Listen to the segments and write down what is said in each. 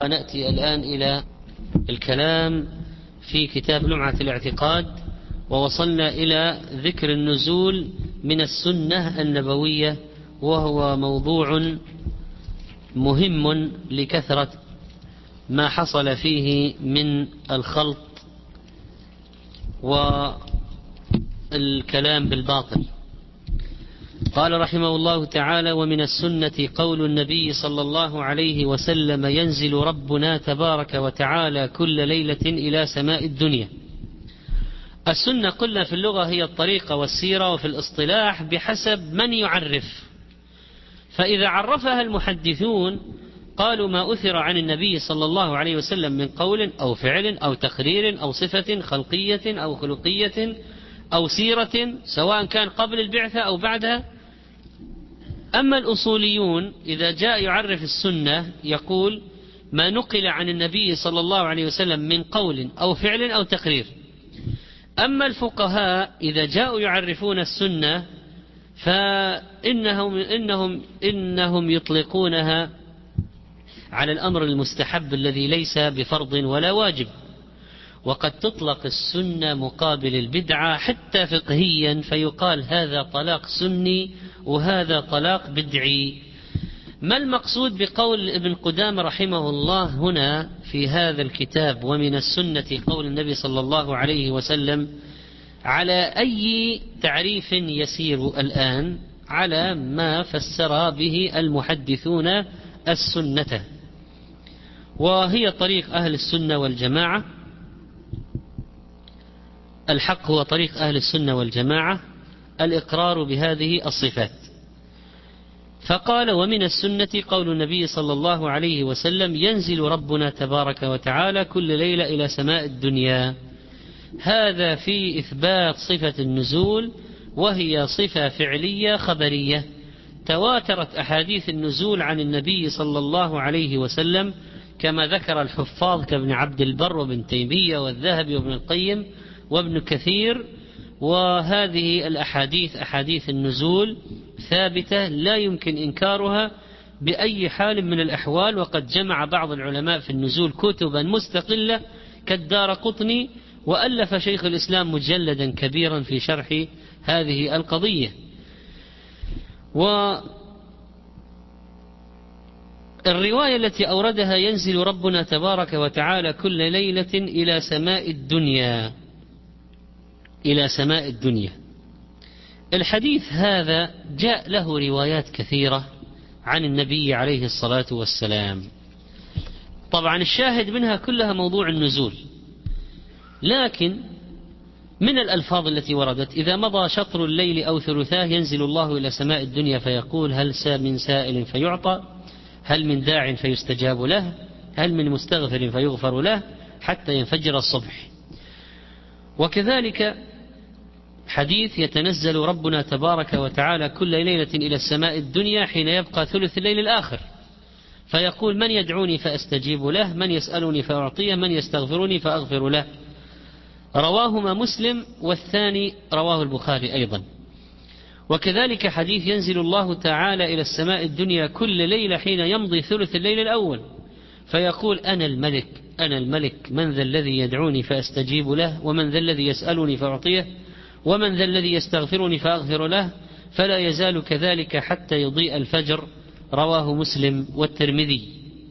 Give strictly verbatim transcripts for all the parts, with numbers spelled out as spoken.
نأتي الآن إلى الكلام في كتاب لمعة الاعتقاد، ووصلنا إلى ذكر النزول من السنة النبوية، وهو موضوع مهم لكثرة ما حصل فيه من الخلط والكلام بالباطل. قال رحمه الله تعالى: ومن السنة قول النبي صلى الله عليه وسلم: ينزل ربنا تبارك وتعالى كل ليلة إلى سماء الدنيا. السنة قلنا في اللغة هي الطريقة والسيرة، وفي الاصطلاح بحسب من يعرف. فإذا عرفها المحدثون قالوا ما أثر عن النبي صلى الله عليه وسلم من قول أو فعل أو تقرير أو صفة خلقية أو خلقية أو سيرة، سواء كان قبل البعثة أو بعدها. أما الأصوليون إذا جاء يعرف السنة يقول ما نقل عن النبي صلى الله عليه وسلم من قول أو فعل أو تقرير. أما الفقهاء إذا جاءوا يعرفون السنة فإنهم إنهم إنهم يطلقونها على الأمر المستحب الذي ليس بفرض ولا واجب، وقد تطلق السنة مقابل البدعة حتى فقهيا، فيقال هذا طلاق سني وهذا طلاق بدعي. ما المقصود بقول ابن قدامة رحمه الله هنا في هذا الكتاب ومن السنة قول النبي صلى الله عليه وسلم؟ على أي تعريف يسير الآن؟ على ما فسر به المحدثون السنة، وهي طريق أهل السنة والجماعة. الحق هو طريق أهل السنة والجماعة الإقرار بهذه الصفات. فقال: ومن السنة قول النبي صلى الله عليه وسلم: ينزل ربنا تبارك وتعالى كل ليلة إلى سماء الدنيا. هذا في إثبات صفة النزول، وهي صفة فعلية خبرية. تواترت أحاديث النزول عن النبي صلى الله عليه وسلم كما ذكر الحفاظ كابن عبد البر وابن تيمية والذهبي وابن القيم وابن كثير. وهذه الأحاديث أحاديث النزول ثابتة لا يمكن إنكارها بأي حال من الأحوال. وقد جمع بعض العلماء في النزول كتبا مستقلة كالدارقطني، وألف شيخ الإسلام مجلدا كبيرا في شرح هذه القضية. والرواية التي أوردها ينزل ربنا تبارك وتعالى كل ليلة إلى سماء الدنيا إلى سماء الدنيا الحديث هذا جاء له روايات كثيرة عن النبي عليه الصلاة والسلام. طبعا الشاهد منها كلها موضوع النزول، لكن من الألفاظ التي وردت: إذا مضى شطر الليل أو ثلثاه ينزل الله إلى سماء الدنيا فيقول: هل سا من سائل فيعطى، هل من داع فيستجاب له، هل من مستغفر فيغفر له، حتى ينفجر الصبح. وكذلك حديث: يتنزل ربنا تبارك وتعالى كل ليلة إلى السماء الدنيا حين يبقى ثلث الليل الآخر فيقول: من يدعوني فأستجيب له، من يسألني فأعطيه، من يستغفرني فأغفر له. رواهما مسلم، والثاني رواه البخاري أيضا. وكذلك حديث: ينزل الله تعالى إلى السماء الدنيا كل ليلة حين يمضي ثلث الليل الأول فيقول: أنا الملك أنا الملك، من ذا الذي يدعوني فأستجيب له، ومن ذا الذي يسألني فأعطيه، ومن ذا الذي يستغفرني فأغفر له، فلا يزال كذلك حتى يضيء الفجر. رواه مسلم والترمذي.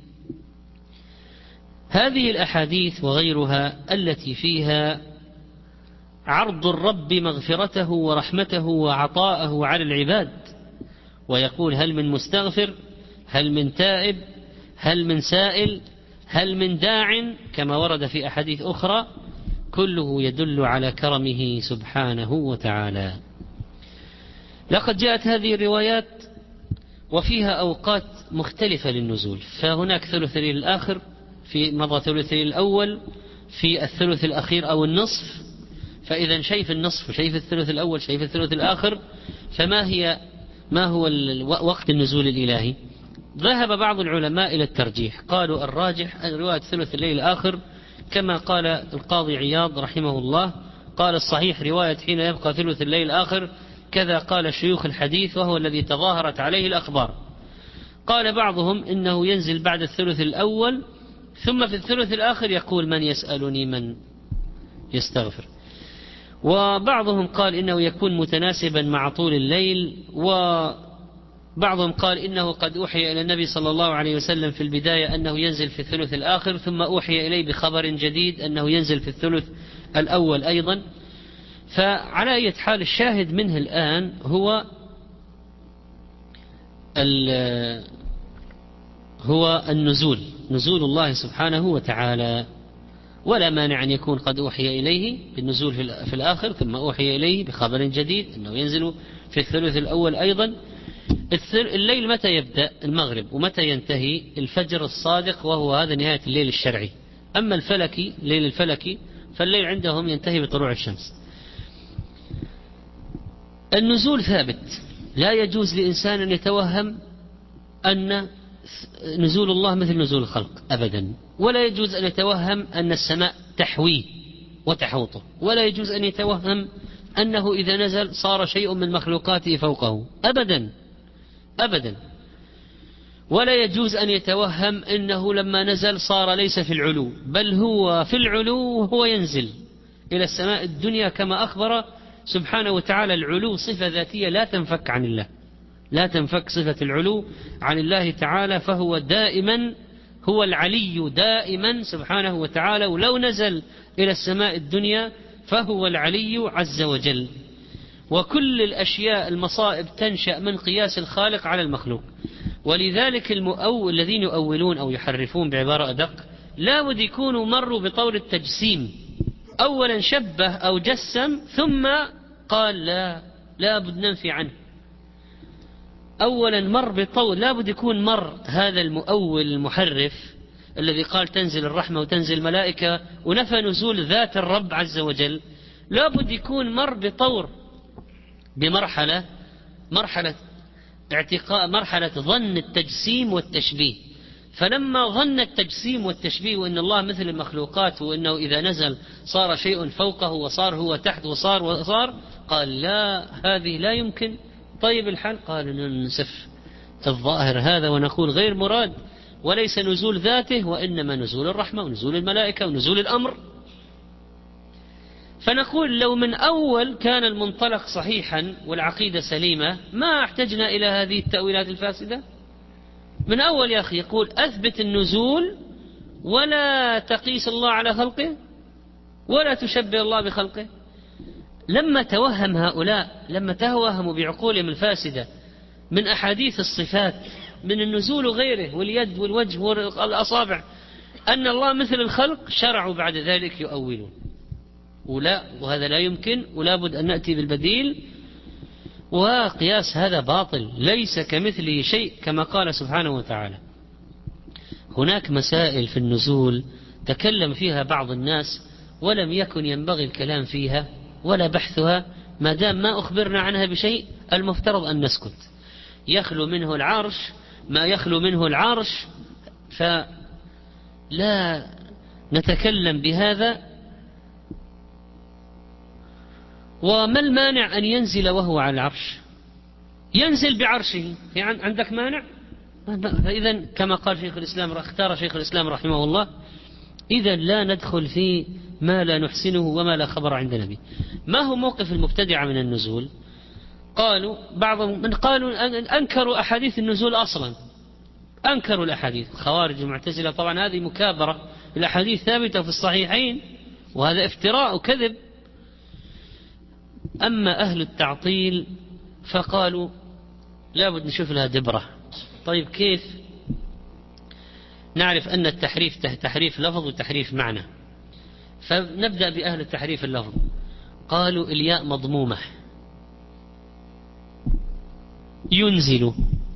هذه الأحاديث وغيرها التي فيها عرض الرب مغفرته ورحمته وعطاءه على العباد، ويقول: هل من مستغفر، هل من تائب، هل من سائل، هل من داع، كما ورد في أحاديث أخرى، كله يدل على كرمه سبحانه وتعالى. لقد جاءت هذه الروايات وفيها أوقات مختلفة للنزول، فهناك ثلث الليل الآخر، في مضى ثلث الليل الأول، في الثلث الأخير أو النصف. فإذا شايف النصف وشايف الثلث الأول شايف الثلث الآخر، فما هي ما هو وقت النزول الإلهي؟ ذهب بعض العلماء إلى الترجيح، قالوا الراجح رواية ثلث الليل الآخر، كما قال القاضي عياض رحمه الله، قال الصحيح رواية حين يبقى ثلث الليل الآخر، كذا قال شيوخ الحديث وهو الذي تظاهرت عليه الأخبار. قال بعضهم إنه ينزل بعد الثلث الأول ثم في الثلث الآخر يقول من يسألني من يستغفر. وبعضهم قال إنه يكون متناسبا مع طول الليل، وبعضهم قال إنه قد أوحي إلى النبي صلى الله عليه وسلم في البداية أنه ينزل في الثلث الآخر، ثم أوحي إليه بخبر جديد أنه ينزل في الثلث الأول أيضا. فعلى أي حال الشاهد منه الآن هو هو النزول، نزول الله سبحانه وتعالى، ولا مانع أن يكون قد أوحي إليه بالنزول في الآخر، ثم أوحي إليه بخبر جديد أنه ينزل في الثلث الأول أيضا. الليل متى يبدأ؟ المغرب. ومتى ينتهي؟ الفجر الصادق، وهو هذا نهاية الليل الشرعي. أما الفلكي، الليل الفلكي، فالليل عندهم ينتهي بطلوع الشمس. النزول ثابت، لا يجوز لإنسان أن يتوهم أن نزول الله مثل نزول الخلق أبدا، ولا يجوز أن يتوهم أن السماء تحويه وتحوطه، ولا يجوز أن يتوهم أنه إذا نزل صار شيء من مخلوقاته فوقه أبدا أبدا، ولا يجوز أن يتوهم أنه لما نزل صار ليس في العلو، بل هو في العلو وهو ينزل إلى السماء الدنيا كما أخبر سبحانه وتعالى. العلو صفة ذاتية لا تنفك عن الله، لا تنفك صفة العلو عن الله تعالى، فهو دائما هو العلي دائما سبحانه وتعالى، ولو نزل إلى السماء الدنيا فهو العلي عز وجل. وكل الأشياء المصائب تنشأ من قياس الخالق على المخلوق، ولذلك المؤول الذين يؤولون أو يحرفون بعبارة أدق لا بد يكونوا مروا بطور التجسيم. أولا شبه أو جسم ثم قال لا لا بد ننفي عنه. أولا مر بطور، لا بد يكون مر هذا المؤول المحرف الذي قال تنزل الرحمة وتنزل الملائكة ونفى نزول ذات الرب عز وجل، لا بد يكون مر بطور، بمرحلة مرحلة اعتقاء، مرحلة ظن التجسيم والتشبيه. فلما ظن التجسيم والتشبيه وأن الله مثل المخلوقات وأنه إذا نزل صار شيء فوقه وصار هو تحت وصار وصار، قال لا هذه لا يمكن. طيب الحال، قال ننسف الظاهر هذا ونقول غير مراد، وليس نزول ذاته وإنما نزول الرحمة ونزول الملائكة ونزول الأمر. فنقول لو من أول كان المنطلق صحيحا والعقيدة سليمة ما احتجنا إلى هذه التأويلات الفاسدة من أول. يا أخي يقول أثبت النزول ولا تقيس الله على خلقه ولا تشبه الله بخلقه. لما توهم هؤلاء، لما توهموا بعقولهم الفاسدة من أحاديث الصفات، من النزول وغيره واليد والوجه والأصابع، أن الله مثل الخلق، شرعوا بعد ذلك يؤولون. ولا وهذا لا يمكن، ولا بد أن نأتي بالبديل. وقياس هذا باطل، ليس كمثله شيء كما قال سبحانه وتعالى. هناك مسائل في النزول تكلم فيها بعض الناس ولم يكن ينبغي الكلام فيها ولا بحثها، ما دام ما أخبرنا عنها بشيء المفترض أن نسكت. يخلو منه العرش ما يخلو منه العرش، فلا نتكلم بهذا. وما المانع أن ينزل وهو على العرش؟ ينزل بعرشه، يعني عندك مانع؟ فإذا كما قال شيخ الإسلام، اختار شيخ الإسلام رحمه الله، إذا لا ندخل في ما لا نحسنه وما لا خبر عندنا به. ما هو موقف المبتدعة من النزول؟ قالوا بعضهم من قالوا أنكروا أحاديث النزول أصلا، أنكروا الأحاديث. خوارج المعتزلة طبعا هذه مكابرة، الأحاديث ثابتة في الصحيحين، وهذا افتراء وكذب. أما أهل التعطيل فقالوا لا بد نشوف لها دبرة. طيب كيف نعرف أن التحريف تحريف لفظ وتحريف معنى؟ فنبدأ بأهل التحريف اللفظ. قالوا الياء مضمومة، ينزل،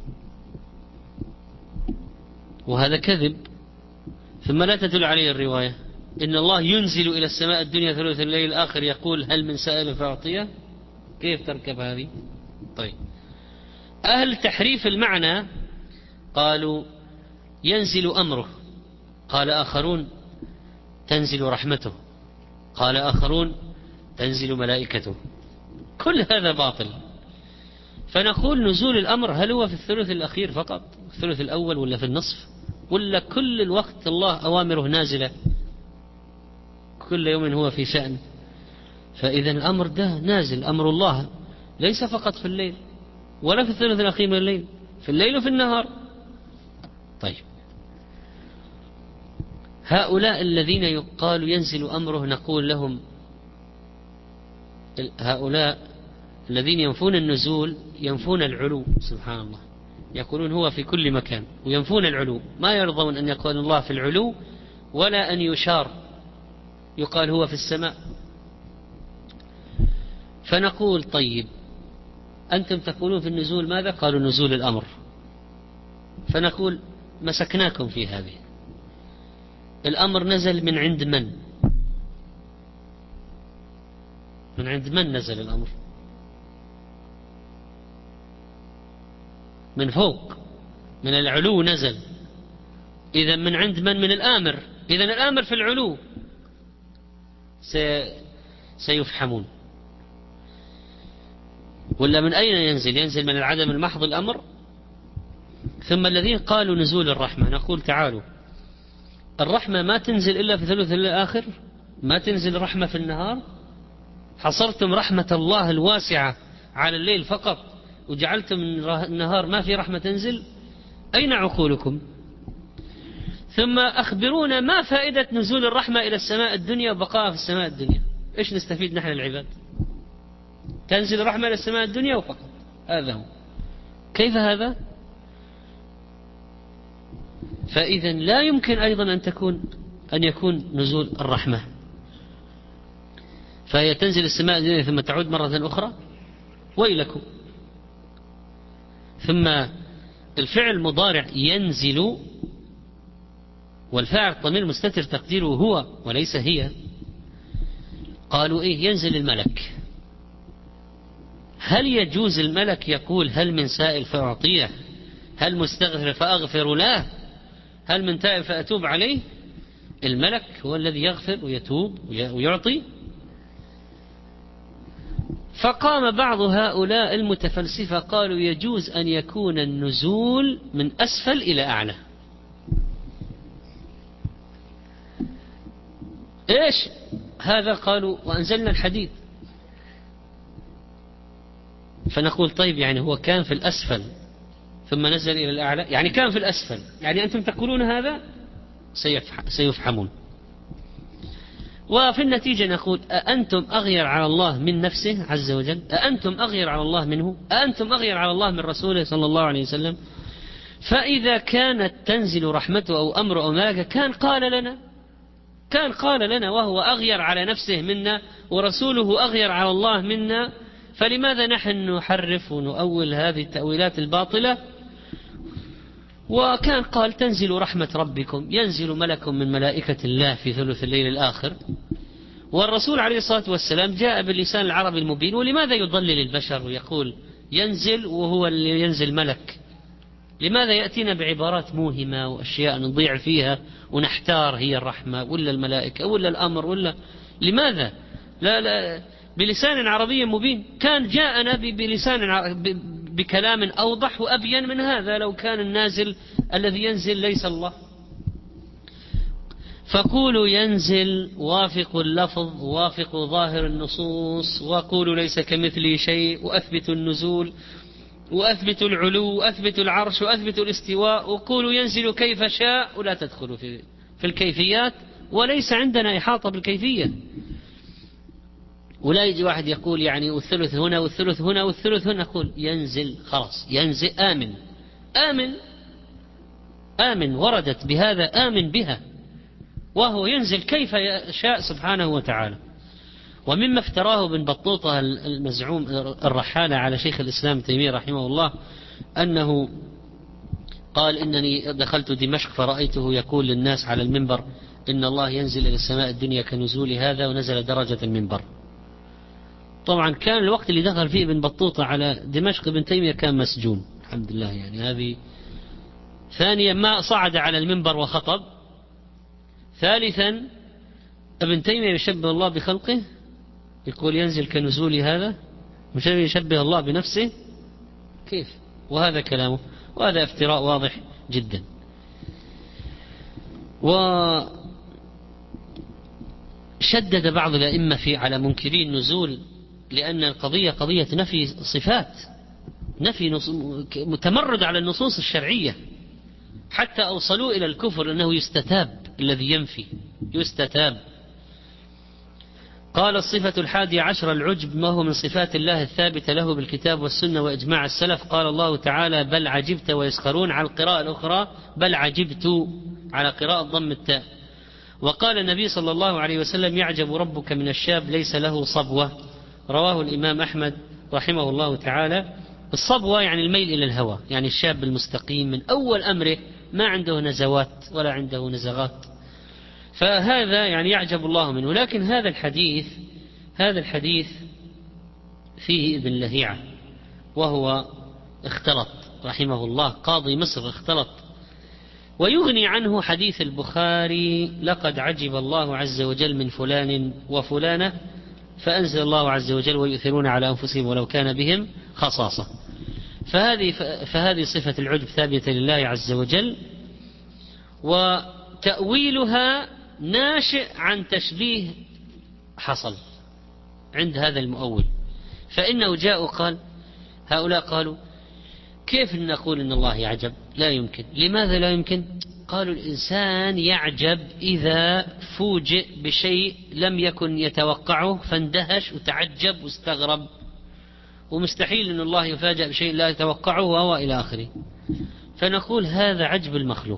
وهذا كذب، ثم لا تدل عليه الرواية. إن الله ينزل إلى السماء الدنيا ثلث الليل الآخر يقول هل من سائل فأعطيه. كيف تركب هذه؟ طيب أهل تحريف المعنى قالوا ينزل أمره، قال آخرون تنزل رحمته، قال آخرون تنزل ملائكته. كل هذا باطل. فنقول نزول الأمر هل هو في الثلث الأخير فقط، الثلث الأول، ولا في النصف، ولا كل الوقت الله أوامره نازلة كل يوم هو في شأن؟ فإذا الأمر ده نازل، أمر الله ليس فقط في الليل ولا في الثلث الأخير من الليل، في الليل وفي النهار. طيب هؤلاء الذين يقال ينزل أمره نقول لهم، هؤلاء الذين ينفون النزول ينفون العلو، سبحان الله، يقولون هو في كل مكان وينفون العلو، ما يرضون أن يقول الله في العلو ولا أن يشار يقال هو في السماء. فنقول طيب أنتم تقولون في النزول ماذا؟ قالوا نزول الأمر. فنقول مسكناكم في هذه، الأمر نزل من عند من؟ من عند من نزل الأمر؟ من فوق، من العلو نزل. إذا من عند من؟ من الآمر. إذا الآمر في العلو. سيفحمون. ولا من أين ينزل؟ ينزل من العدم المحض الأمر. ثم الذين قالوا نزول الرحمة نقول تعالوا، الرحمة ما تنزل إلا في ثلث الليل الآخر؟ ما تنزل رحمة في النهار؟ حصرتم رحمة الله الواسعة على الليل فقط وجعلتم النهار ما في رحمة تنزل؟ أين عقولكم؟ ثم أخبرونا ما فائدة نزول الرحمة إلى السماء الدنيا وبقاء في السماء الدنيا؟ إيش نستفيد نحن العباد؟ تنزل الرحمة إلى السماء الدنيا وفقط، هذا هو. كيف هذا؟ فإذا لا يمكن أيضا أن تكون أن يكون نزول الرحمة فهي تنزل السماء الدنيا ثم تعود مرة أخرى، ويلكم. ثم الفعل مضارع ينزل، والفاعل ضمير مستتر تقديره هو وليس هي. قالوا إيه؟ ينزل الملك. هل يجوز الملك يقول هل من سائل فأعطيه؟ هل مستغفر فأغفر له؟ هل من تائب فأتوب عليه؟ الملك هو الذي يغفر ويتوب ويعطي. فقام بعض هؤلاء المتفلسفة قالوا يجوز أن يكون النزول من أسفل إلى أعلى. إيش هذا؟ قالوا وأنزلنا الحديد. فنقول طيب يعني هو كان في الأسفل ثم نزل إلى الأعلى، يعني كان في الأسفل، يعني أنتم تقولون هذا؟ سيفحمون. وفي النتيجة نقول أأنتم أغير على الله من نفسه عز وجل؟ أأنتم أغير على الله منه؟ أأنتم أغير على الله من رسوله صلى الله عليه وسلم؟ فإذا كانت تنزل رحمته أو أمر أو ملكه كان قال لنا، كان قال لنا، وهو أغير على نفسه منا ورسوله أغير على الله منا، فلماذا نحن نحرف ونؤول هذه التأويلات الباطلة؟ وكان قال تنزل رحمة ربكم، ينزل ملك من ملائكة الله في ثلث الليل الآخر، والرسول عليه الصلاة والسلام جاء باللسان العربي المبين. ولماذا يضلل البشر ويقول ينزل وهو اللي ينزل ملك؟ لماذا يأتينا بعبارات موهمة وأشياء نضيع فيها ونحتار هي الرحمة ولا الملائكة ولا الأمر ولا لماذا؟ لا لا بلسان عربي مبين. كان جاءنا بلسان بكلام أوضح وأبين من هذا لو كان النازل الذي ينزل ليس الله. فقولوا ينزل وافق اللفظ وافق ظاهر النصوص، وقولوا ليس كمثله شيء، وأثبتوا النزول وأثبتوا العلو وأثبتوا العرش وأثبتوا الاستواء، وقولوا ينزل كيف شاء، ولا تدخلوا في في الكيفيات، وليس عندنا إحاطة بالكيفية. ولا يجي واحد يقول يعني والثلث هنا والثلث هنا والثلث هنا، نقول ينزل خلاص، ينزل آمن آمن آمن وردت بهذا آمن بها، وهو ينزل كيف يشاء سبحانه وتعالى. ومما افتراه ابن بطوطة المزعوم الرحالة على شيخ الإسلام تيمية رحمه الله أنه قال إنني دخلت دمشق فرأيته يقول للناس على المنبر إن الله ينزل إلى السماء الدنيا كنزول هذا ونزل درجة المنبر. طبعا كان الوقت اللي دخل فيه ابن بطوطة على دمشق ابن تيمية كان مسجون، الحمد لله. يعني هذه ثانيا ما صعد على المنبر وخطب. ثالثا ابن تيمية يشبه الله بخلقه، يقول ينزل كنزول هذا، مش يشبه الله بنفسه كيف؟ وهذا كلامه، وهذا افتراء واضح جدا. وشدد بعض الأئمة في على منكري النزول، لأن القضية قضية نفي صفات، نفي متمرد على النصوص الشرعية، حتى أوصلوا إلى الكفر أنه يستتاب الذي ينفي يستتاب. قال الصفة الحادية عشر العجب، ما هو من صفات الله الثابتة له بالكتاب والسنة وإجماع السلف. قال الله تعالى بل عجبت ويسخرون، على القراءة الأخرى بل عجبت على قراءة ضم التاء. وقال النبي صلى الله عليه وسلم يعجب ربك من الشاب ليس له صبوة، رواه الإمام أحمد رحمه الله تعالى. الصبوة يعني الميل إلى الهوى، يعني الشاب المستقيم من أول أمره ما عنده نزوات ولا عنده نزغات، فهذا يعني يعجب الله منه. لكن هذا الحديث هذا الحديث فيه ابن لهيعة، وهو اختلط رحمه الله، قاضي مصر اختلط. ويغني عنه حديث البخاري لقد عجب الله عز وجل من فلان وفلانة، فأنزل الله عز وجل ويؤثرون على أنفسهم ولو كان بهم خصاصة. فهذه, فهذه صفة العجب ثابتة لله عز وجل، وتأويلها ناشئ عن تشبيه حصل عند هذا المؤول. فإنه جاء قال هؤلاء قالوا كيف نقول إن الله يعجب؟ لا يمكن. لماذا لا يمكن؟ قالوا الإنسان يعجب إذا فوجئ بشيء لم يكن يتوقعه فاندهش وتعجب واستغرب، ومستحيل أن الله يفاجأ بشيء لا يتوقعه وهو إلى آخره. فنقول هذا عجب المخلوق،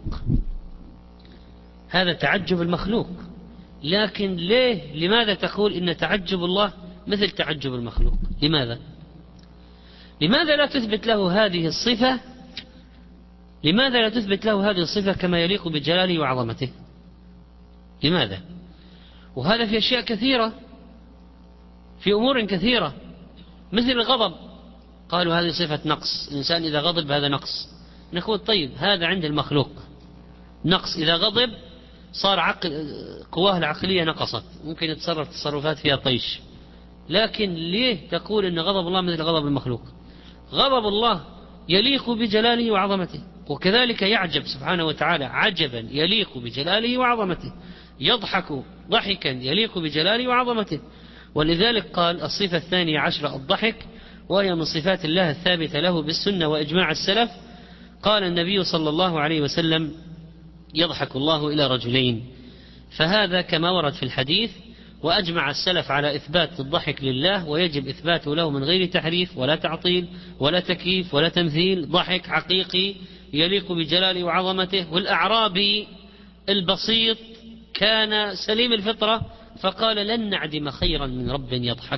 هذا تعجب المخلوق. لكن ليه لماذا تقول إن تعجب الله مثل تعجب المخلوق؟ لماذا لماذا لا تثبت له هذه الصفة لماذا لا تثبت له هذه الصفة كما يليق بجلاله وعظمته؟ لماذا؟ وهذا في أشياء كثيرة، في أمور كثيرة، مثل الغضب. قالوا هذه صفة نقص، الإنسان إذا غضب هذا نقص. نقول طيب هذا عند المخلوق نقص، إذا غضب صار عقل قواه العقلية نقصت، ممكن يتصرف تصرفات فيها طيش. لكن ليه تقول إن غضب الله مثل غضب المخلوق؟ غضب الله يليق بجلاله وعظمته، وكذلك يعجب سبحانه وتعالى عجبا يليق بجلاله وعظمته، يضحك ضحكا يليق بجلاله وعظمته. ولذلك قال الصفة الثانية عشرة الضحك، وهي من صفات الله الثابتة له بالسنة وإجماع السلف. قال النبي صلى الله عليه وسلم يضحك الله إلى رجلين، فهذا كما ورد في الحديث. وأجمع السلف على إثبات الضحك لله، ويجب إثباته له من غير تحريف ولا تعطيل ولا تكييف ولا تمثيل، ضحك حقيقي يليق بجلاله وعظمته. والأعرابي البسيط كان سليم الفطرة فقال لن نعدم خيرا من رب يضحك.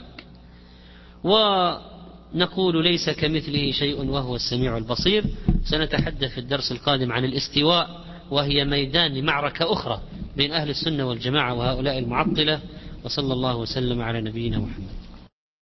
ونقول ليس كمثله شيء وهو السميع البصير. سنتحدث في الدرس القادم عن الاستواء، وهي ميدان لمعركة أخرى بين أهل السنة والجماعة وهؤلاء المعطلة. وصلى الله وسلم على نبينا محمد.